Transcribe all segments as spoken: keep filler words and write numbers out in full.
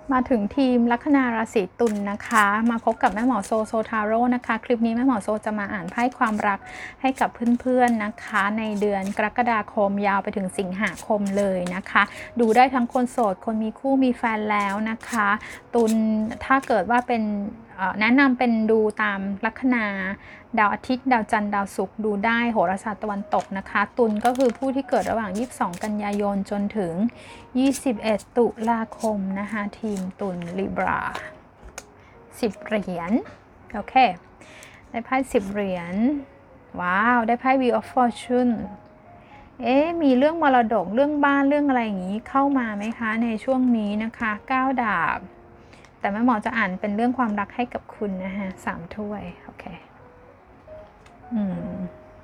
มาถึงทีมลัคนาราศีตุลนะคะมาพบกับแม่หมอโซโซทาโร่นะคะคลิปนี้แม่หมอโซจะมาอ่านไพ่ความรักให้กับเพื่อนๆนะคะในเดือนกรกฎาคมยาวไปถึงสิงหาคมเลยนะคะดูได้ทั้งคนโสดคนมีคู่มีแฟนแล้วนะคะตุลถ้าเกิดว่าเป็นแนะนำเป็นดูตามลัคนาดาวอาทิตย์ดาวจันทร์ดาวศุกร์ดูได้โหราศาสตร์ตะวันตกนะคะตุลก็คือผู้ที่เกิดระหว่างยี่สิบสองกันยายนจนถึงยี่สิบเอ็ดตุลาคมนะคะทีมตุลลิบราสิบเหรียญโอเคได้ไพ่สิบเหรียญว้าวได้ไพ่ Wheel of Fortune เอ๊ะมีเรื่องมรดกเรื่องบ้านเรื่องอะไรอย่างนี้เข้ามาไหมคะในช่วงนี้นะคะเก้าดาบแต่แม่หมอจะอ่านเป็นเรื่องความรักให้กับคุณนะคะสามถ้วยโอเคอืม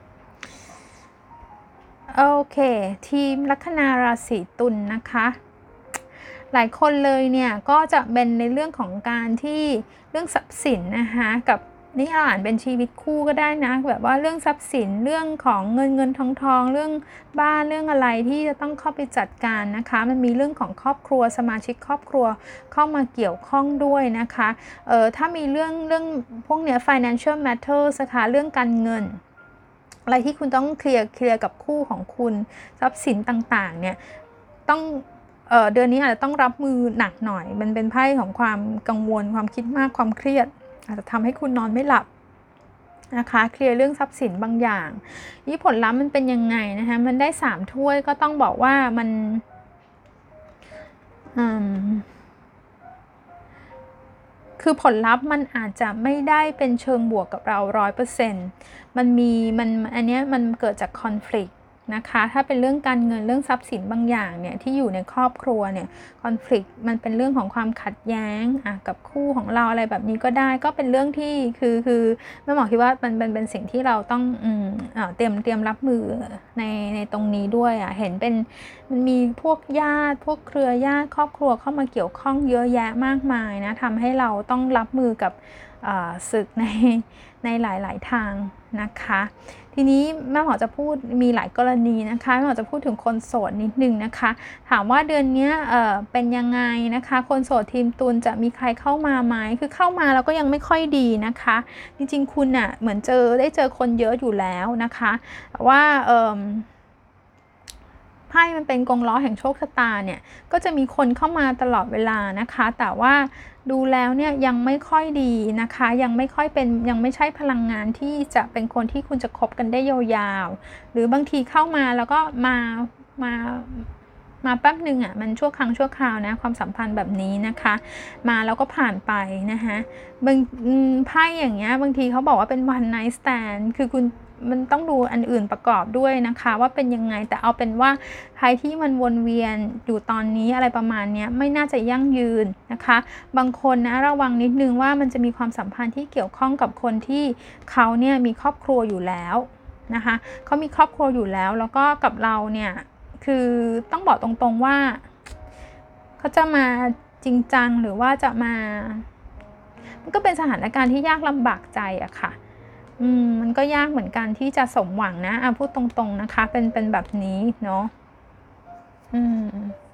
โอเคทีมลัคนาราศีตุล นะคะหลายคนเลยเนี่ยก็จะเป็นในเรื่องของการที่เรื่องทรัพย์สินนะคะกับนี่อ่านเป็นชีวิตคู่ก็ได้นะแบบว่าเรื่องทรัพย์สินเรื่องของเงินเงินทองทองเรื่องบ้านเรื่องอะไรที่จะต้องเข้าไปจัดการนะคะมันมีเรื่องของครอบครัวสมาชิกครอบครัวเข้ามาเกี่ยวข้องด้วยนะคะเออถ้ามีเรื่องเรื่องพวกเนี้ย financial matters นะคะเรื่องการเงินอะไรที่คุณต้องเคลียร์เคลียร์กับคู่ของคุณทรัพย์สินต่างๆเนี่ยต้องเ, เดือนนี้อาจจะต้องรับมือหนักหน่อยมันเป็นไพ่ของความกังวลความคิดมากความเครียดอาจจะทำให้คุณนอนไม่หลับนะคะเคลียร์เรื่องทรัพย์สินบางอย่างนี่ผลลัพธ์มันเป็นยังไงนะคะมันได้สามถ้วยก็ต้องบอกว่ามันคือผลลัพธ์มันอาจจะไม่ได้เป็นเชิงบวกกับเรา ร้อยเปอร์เซ็นต์ มันมีมันอันนี้มันเกิดจาก conflictนะคะถ้าเป็นเรื่องการเงินเรื่องทรัพย์สินบางอย่างเนี่ยที่อยู่ในครอบครัวเนี่ยคอนฟ lict มันเป็นเรื่องของความขัดแย้งอ่ะกับคู่ของเราอะไรแบบนี้ก็ได้ก็เป็นเรื่องที่คือคือแม่หมอคิดว่ามันเป็นเป็นสิ่งที่เราต้องอืมอ่าเตรียมเตรียมรับมือในในตรงนี้ด้วยอ่ะเห็นเป็นมันมีพวกญาติพวกเครือญาติครอบครัวเข้ามาเกี่ยวข้องเยอะแยะมากมายนะทำให้เราต้องรับมือกับศึกในในหลายๆทางนะคะทีนี้แม่หมอจะพูดมีหลายกรณีนะคะแม่หมอจะพูดถึงคนโสดนิดนึงนะคะถามว่าเดือนนี้เอ่อเป็นยังไงนะคะคนโสดทีมตุลจะมีใครเข้ามาไหมคือเข้ามาแล้วก็ยังไม่ค่อยดีนะคะจริงๆคุณน่ะเหมือนเจอได้เจอคนเยอะอยู่แล้วนะคะว่าเอ่อไพ่มันเป็นกงล้อแห่งโชคชะตาเนี่ยก็จะมีคนเข้ามาตลอดเวลานะคะแต่ว่าดูแล้วเนี่ยยังไม่ค่อยดีนะคะยังไม่ค่อยเป็นยังไม่ใช่พลังงานที่จะเป็นคนที่คุณจะคบกันได้ยาวๆหรือบางทีเข้ามาแล้วก็มามามาแป๊บหนึ่งอ่ะมันชั่วครั้งชั่วคราวนะความสัมพันธ์แบบนี้นะคะมาแล้วก็ผ่านไปนะคะบางไพ่อย่างเงี้ยบางทีเขาบอกว่าเป็น one night stand คือคุณมันต้องดูอันอื่นประกอบด้วยนะคะว่าเป็นยังไงแต่เอาเป็นว่าใครที่มันวนเวียนอยู่ตอนนี้อะไรประมาณนี้ไม่น่าจะยั่งยืนนะคะบางคนนะระวังนิดนึงว่ามันจะมีความสัมพันธ์ที่เกี่ยวข้องกับคนที่เขาเนี่ยมีครอบครัวอยู่แล้วนะคะเขามีครอบครัวอยู่แล้วแล้วก็กับเราเนี่ยคือต้องบอกตรงๆว่าเขาจะมาจริงจังหรือว่าจะมามันก็เป็นสถานการณ์ที่ยากลำบากใจอะค่ะอืมมันก็ยากเหมือนกันที่จะสมหวังนะอ่ะพูดตรงๆนะคะเป็นเป็นแบบนี้เนาะอืม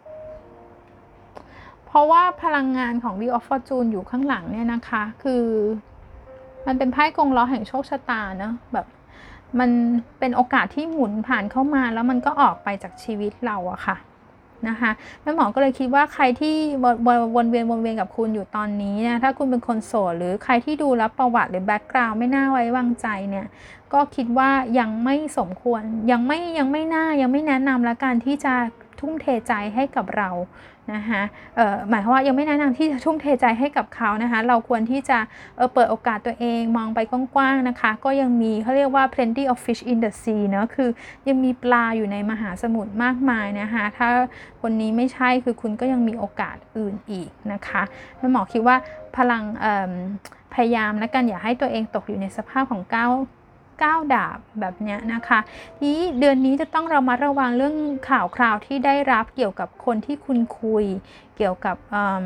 เพราะว่าพลังงานของ Wheel of Fortune อยู่ข้างหลังเนี่ยนะคะคือมันเป็นไพ่กงล้อแห่งโชคชะตาเนาะแบบมันเป็นโอกาสที่หมุนผ่านเข้ามาแล้วมันก็ออกไปจากชีวิตเราอะค่ะนะคะแม่หมอก็เลยคิดว่าใครที่วนเวียนวนเวียนกับคุณอยู่ตอนนี้นะถ้าคุณเป็นคนโสดหรือใครที่ดูแล้วประวัติหรือแบ็กกราวด์ไม่น่าไว้วางใจเนี่ยก็คิดว่ายังไม่สมควรยังไม่ยังไม่น่ายังไม่แนะนำละกันที่จะทุ่มเทใจให้กับเรานะคะเอ่อหมายความว่ายังไม่แนะนำที่จะทุ่มเทใจให้กับเขานะคะเราควรที่จะเออเปิดโอกาสตัวเองมองไปกว้างๆนะคะก็ยังมีเขาเรียกว่า plenty of fish in the sea เนอะคือยังมีปลาอยู่ในมหาสมุทรมากมายนะคะถ้าคนนี้ไม่ใช่คือคุณก็ยังมีโอกาสอื่นอีกนะคะแม่หมอคิดว่าพลังพยายามและกันอย่าให้ตัวเองตกอยู่ในสภาพของก้าวก้าวดาบแบบนี้นะคะทีนี้เดือนนี้จะต้องระมัดระวังเรื่องข่าวคราวที่ได้รับเกี่ยวกับคนที่คุณคุยเกี่ยวกับ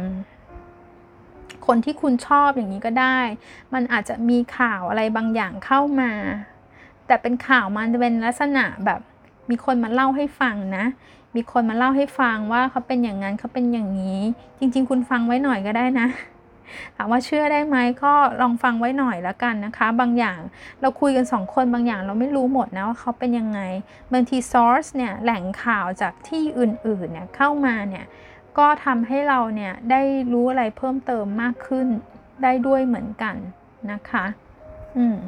คนที่คุณชอบอย่างนี้ก็ได้มันอาจจะมีข่าวอะไรบางอย่างเข้ามาแต่เป็นข่าวมันจะเป็นลักษณะแบบมีคนมาเล่าให้ฟังนะมีคนมาเล่าให้ฟังว่าเขาเป็นอย่างนั้นเขาเป็นอย่างนี้จริงๆคุณฟังไว้หน่อยก็ได้นะถามว่าเชื่อได้ไหมก็ลองฟังไว้หน่อยแล้วกันนะคะบางอย่างเราคุยกันสองคนบางอย่างเราไม่รู้หมดนะว่าเขาเป็นยังไงบางที source เนี่ยแหล่งข่าวจากที่อื่นๆเนี่ยเข้ามาเนี่ยก็ทำให้เราเนี่ยได้รู้อะไรเพิ่มเติมมากขึ้นได้ด้วยเหมือนกันนะคะอืม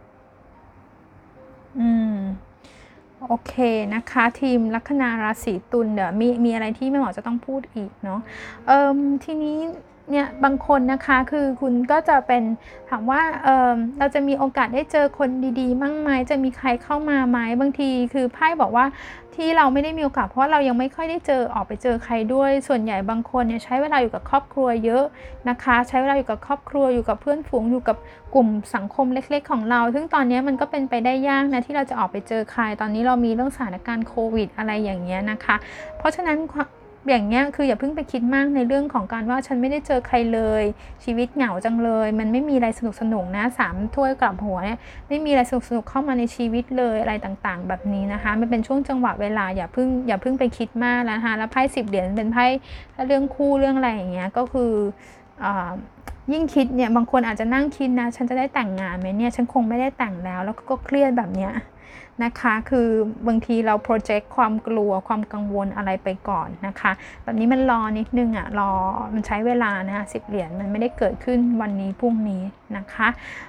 อืมโอเคนะคะทีมลัคนาราศีตุลเดี๋ยวมีมีอะไรที่แม่หมอจะต้องพูดอีกเนาะเอ่อทีนี้เนี่ยบางคนนะคะคือคุณก็จะเป็นถามว่าเออเราจะมีโอกาสได้เจอคนดีๆมั่งไหมจะมีใครเข้ามาไหมบางทีคือไพ่บอกว่าที่เราไม่ได้มีโอกาสเพราะเรายังไม่ค่อยได้เจอออกไปเจอใครด้วยส่วนใหญ่บางคนเนี่ยใช้เวลาอยู่กับครอบครัวเยอะนะคะใช้เวลาอยู่กับครอบครัวอยู่กับเพื่อนฝูงอยู่กับกลุ่มสังคมเล็กๆของเราซึ่งตอนนี้มันก็เป็นไปได้ยากนะที่เราจะออกไปเจอใครตอนนี้เรามีเรื่องสถานการณ์โควิดอะไรอย่างเงี้ยนะคะเพราะฉะนั้นอย่างเงี้ยคืออย่าเพิ่งไปคิดมากในเรื่องของการว่าฉันไม่ได้เจอใครเลยชีวิตเหงาจังเลยมันไม่มีอะไรสนุกสนุกนะสามถ้วยกลับหัวเนี่ยไม่มีอะไรสนุกสนุกเข้ามาในชีวิตเลยอะไรต่างๆแบบนี้นะคะมันเป็นช่วงจังหวะเวลาอย่าเพิ่งอย่าเพิ่งไปคิดมากนะคะแล้วไพ่สิบเหรียญเป็นไพ่ถ้าเรื่องคู่เรื่องอะไรอย่างเงี้ยก็คือยิ่งคิดเนี่ยบางคนอาจจะนั่งคิดนะฉันจะได้แต่งงานไหมเนี่ยฉันคงไม่ได้แต่งแล้วแล้วก็เครียดแบบเนี้ยนะคะคือบางทีเราโปรเจกต์ความกลัวความกังวลอะไรไปก่อนนะคะแบบนี้มันรอนิดนึงอ่ะรอมันใช้เวลานะคะสิบเหรียญมันไม่ได้เกิดขึ้นวันนี้พรุ่งนี้นะคะ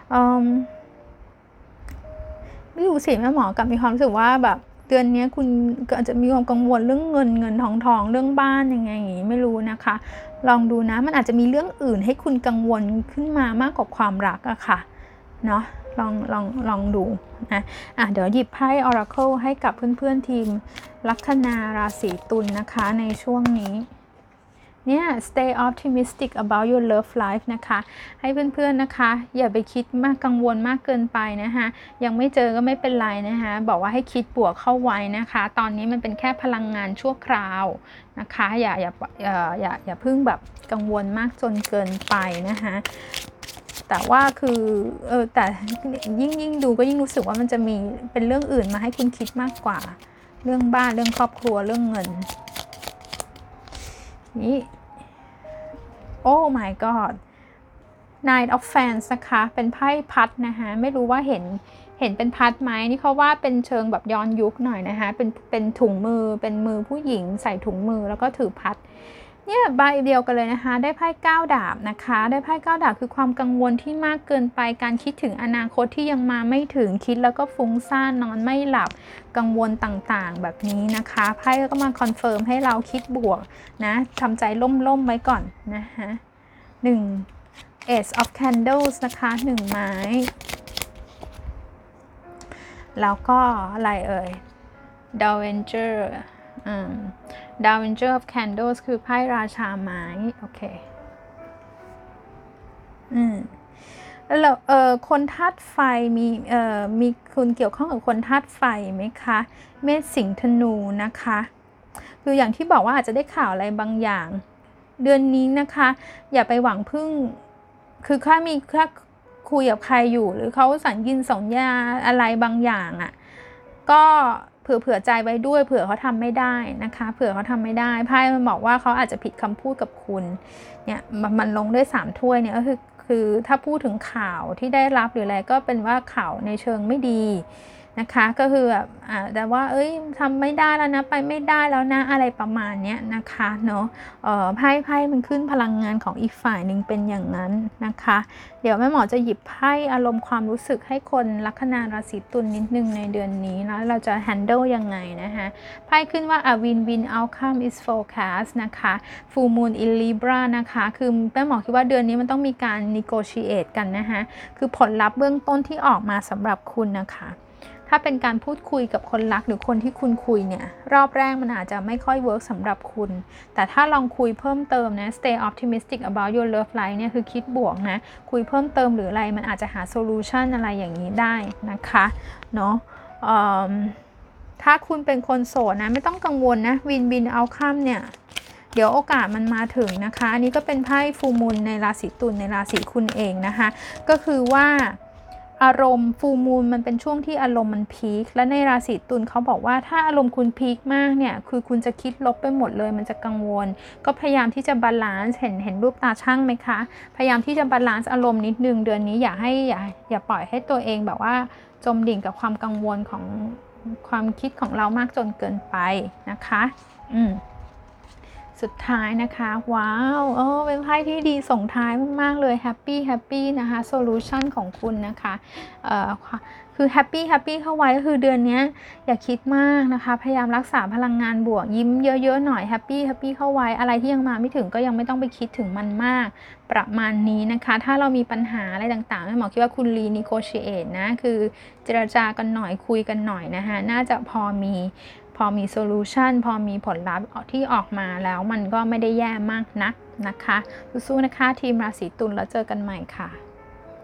ไม่รู้สิแม่หมอกับมีความรู้สึกว่าแบบเดือนนี้คุณอาจจะมีความกังวลเรื่องเงินเงินทองทองเรื่องบ้านยังไงอย่างนี้ไม่รู้นะคะลองดูนะมันอาจจะมีเรื่องอื่นให้คุณกังวลขึ้นมามากกว่าความรักอะค่ะเนาะลองลองลองดูนะอ่ะเดี๋ยวหยิบไพ่ Oracle ให้กับเพื่อนๆทีมลัคนาราศีตุลนะคะในช่วงนี้เนี่ย stay optimistic about your love life นะคะให้เพื่อนๆนะคะอย่าไปคิดมากกังวลมากเกินไปนะคะยังไม่เจอก็ไม่เป็นไรนะคะบอกว่าให้คิดบวกเข้าไว้นะคะตอนนี้มันเป็นแค่พลังงานชั่วคราวนะคะอย่าอย่าอย่าอย่าอย่าเพิ่งแบบกังวลมากจนเกินไปนะคะแต่ว่าคือเออแต่ยิ่งยิ่งดูก็ยิ่งรู้สึกว่ามันจะมีเป็นเรื่องอื่นมาให้คุณคิดมากกว่าเรื่องบ้านเรื่องครอบครัวเรื่องเงินนี่โอ้ my god Nine of Fans นะคะเป็นไพ่พัดนะคะไม่รู้ว่าเห็นเห็นเป็นพัดไหมนี่เขาว่าเป็นเชิงแบบย้อนยุคหน่อยนะคะเป็นเป็นถุงมือเป็นมือผู้หญิงใส่ถุงมือแล้วก็ถือพัดเนี่ยใบเดียวกันเลยนะคะได้ไพ่เก้าดาบนะคะได้ไพ่เก้าดาบคือความกังวลที่มากเกินไปการคิดถึงอนาคตที่ยังมาไม่ถึงคิดแล้วก็ฟุ้งซ่านนอนไม่หลับกังวลต่างๆแบบนี้นะคะไพ่ก็มาคอนเฟิร์มให้เราคิดบวกนะทำใจล่มๆไว้ก่อนนะคะหนึ่ง Ace of Candles นะคะหนึ่งไม้แล้วก็อะไรเอ่ย Dowager อืม Dowager of Candles คือไพ่ราชาไม้โอเคอืมแล้วเอ่อคนธาตุไฟมีเอ่อมีคุณเกี่ยวข้องกับคนธาตุไฟไหมคะเมษสิงห์ธนูนะคะคืออย่างที่บอกว่าอาจจะได้ข่าวอะไรบางอย่างเดือนนี้นะคะอย่าไปหวังพึ่งคือถ้ามีถ้าคุยกับใครอยู่หรือเขาสัญญินสัญญาอะไรบางอย่างอะ่ะก็เผื่อเผื่อใจไว้ด้วยเผื่อเขาทำไม่ได้นะคะเผื่อเขาทำไม่ได้ไพ่มันบอกว่าเขาอาจจะผิดคำพูดกับคุณเนี่ยมันลงด้วยสามถ้วยเนี่ยก็คือคือถ้าพูดถึงข่าวที่ได้รับหรืออะไรก็เป็นว่าข่าวในเชิงไม่ดีนะคะก็คือแบบอ่าแต่ว่าเอ้ยทำไม่ได้แล้วนะไปไม่ได้แล้วนะอะไรประมาณนี้นะคะเนาะเอ่อไพ่ไพ่มันขึ้นพลังงานของอีกฝ่ายหนึ่งเป็นอย่างนั้นนะคะเดี๋ยวแม่หมอจะหยิบไพ่อารมณ์ความรู้สึกให้คนลัคนาราศีตุลนิดนึงในเดือนนี้แล้วเราจะ handle ยังไงนะคะไพ่ขึ้นว่า a win win outcome is forecast นะคะ full moon in Libra นะคะคือแม่หมอคิดว่าเดือนนี้มันต้องมีการ negotiate กันนะคะคือผลลัพธ์เบื้องต้นที่ออกมาสำหรับคุณนะคะถ้าเป็นการพูดคุยกับคนรักหรือคนที่คุณคุยเนี่ยรอบแรกมันอาจจะไม่ค่อยเวิร์กสำหรับคุณแต่ถ้าลองคุยเพิ่มเติมนะ stay optimistic about your love life เนี่ยคือคิดบวกนะคุยเพิ่มเติมหรืออะไรมันอาจจะหาโซลูชันอะไรอย่างนี้ได้นะคะเนาะถ้าคุณเป็นคนโสดนะไม่ต้องกังวลนะวินวินเอาข้ามเนี่ยเดี๋ยวโอกาสมันมาถึงนะคะอันนี้ก็เป็นไพ่ฟูมูลในราศีตุลในราศีคุณเองนะคะก็คือว่าอารมณ์ฟูลมูนมันเป็นช่วงที่อารมณ์มันพีคและในราศีตุลเขาบอกว่าถ้าอารมณ์คุณพีคมากเนี่ยคือคุณจะคิดลบไปหมดเลยมันจะกังวลก็พยายามที่จะบาลานซ์เห็นเห็นรูปตาช่างไหมคะพยายามที่จะบาลานซ์อารมณ์นิดนึงเดือนนี้อย่าให้อย่าอย่าปล่อยให้ตัวเองแบบว่าจมดิ่งกับความกังวลของความคิดของเรามากจนเกินไปนะคะอืมสุดท้ายนะคะว้าวเออเป็นไพ่ที่ดีส่งท้ายมากๆเลยแฮปปี้แฮปปี้นะคะโซลูชันของคุณนะคะเอ่อคือแฮปปี้แฮปปี้เข้าไว้ก็คือเดือนนี้อย่าคิดมากนะคะพยายามรักษาพลังงานบวกยิ้มเยอะๆหน่อยแฮปปี้แฮปปี้เข้าไว้อะไรที่ยังมาไม่ถึงก็ยังไม่ต้องไปคิดถึงมันมากประมาณนี้นะคะถ้าเรามีปัญหาอะไรต่างๆหมอคิดว่าคุณรีนิโกชิเอตนะคือเจรจากันหน่อยคุยกันหน่อยนะคะน่าจะพอมีพอมีโซลูชันพอมีผลลัพธ์ที่ออกมาแล้วมันก็ไม่ได้แย่มากนักนะคะสู้ๆนะคะทีมราศีตุลแล้วเจอกันใหม่ค่ะ